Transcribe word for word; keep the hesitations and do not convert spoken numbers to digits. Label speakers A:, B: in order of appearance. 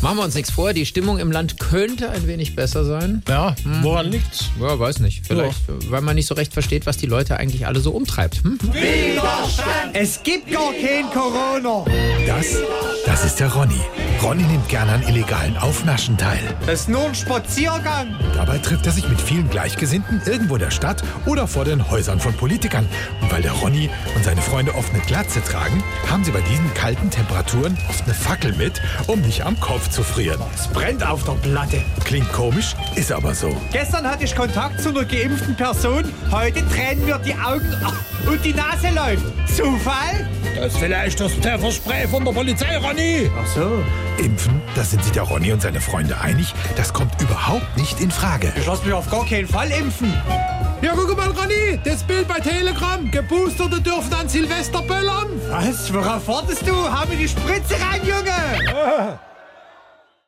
A: Machen wir uns nichts vor, die Stimmung im Land könnte ein wenig besser sein.
B: Ja, hm. woran liegt's?
A: Ja, weiß nicht. Vielleicht, ja. weil man nicht so recht versteht, was die Leute eigentlich alle so umtreibt. Hm?
C: Widerstand! Es gibt gar kein Corona!
D: Das, das ist der Ronny. Ronny nimmt gerne an illegalen Aufnaschen teil.
C: Das ist nur ein Spaziergang.
D: Dabei trifft er sich mit vielen Gleichgesinnten irgendwo in der Stadt oder vor den Häusern von Politikern. Und weil der Ronny und seine Freunde oft eine Glatze tragen, haben sie bei diesen kalten Temperaturen oft eine Fackel mit, um nicht am Kopf zu frieren.
C: Es brennt auf der Platte.
D: Klingt komisch, ist aber so.
C: Gestern hatte ich Kontakt zu einer geimpften Person. Heute tränen mir die Augen und die Nase läuft. Zufall?
B: Das ist vielleicht das Pfefferspray von der Polizei, Ronny.
C: Ach so.
D: Impfen, da sind sich der Ronny und seine Freunde einig, das kommt überhaupt nicht in Frage.
C: Ich lasse mich auf gar keinen Fall impfen.
B: Ja, guck mal, Ronny, das Bild bei Telegram. Geboosterte dürfen an Silvester böllern.
C: Was? Worauf wartest du? Hau mir die Spritze rein, Junge!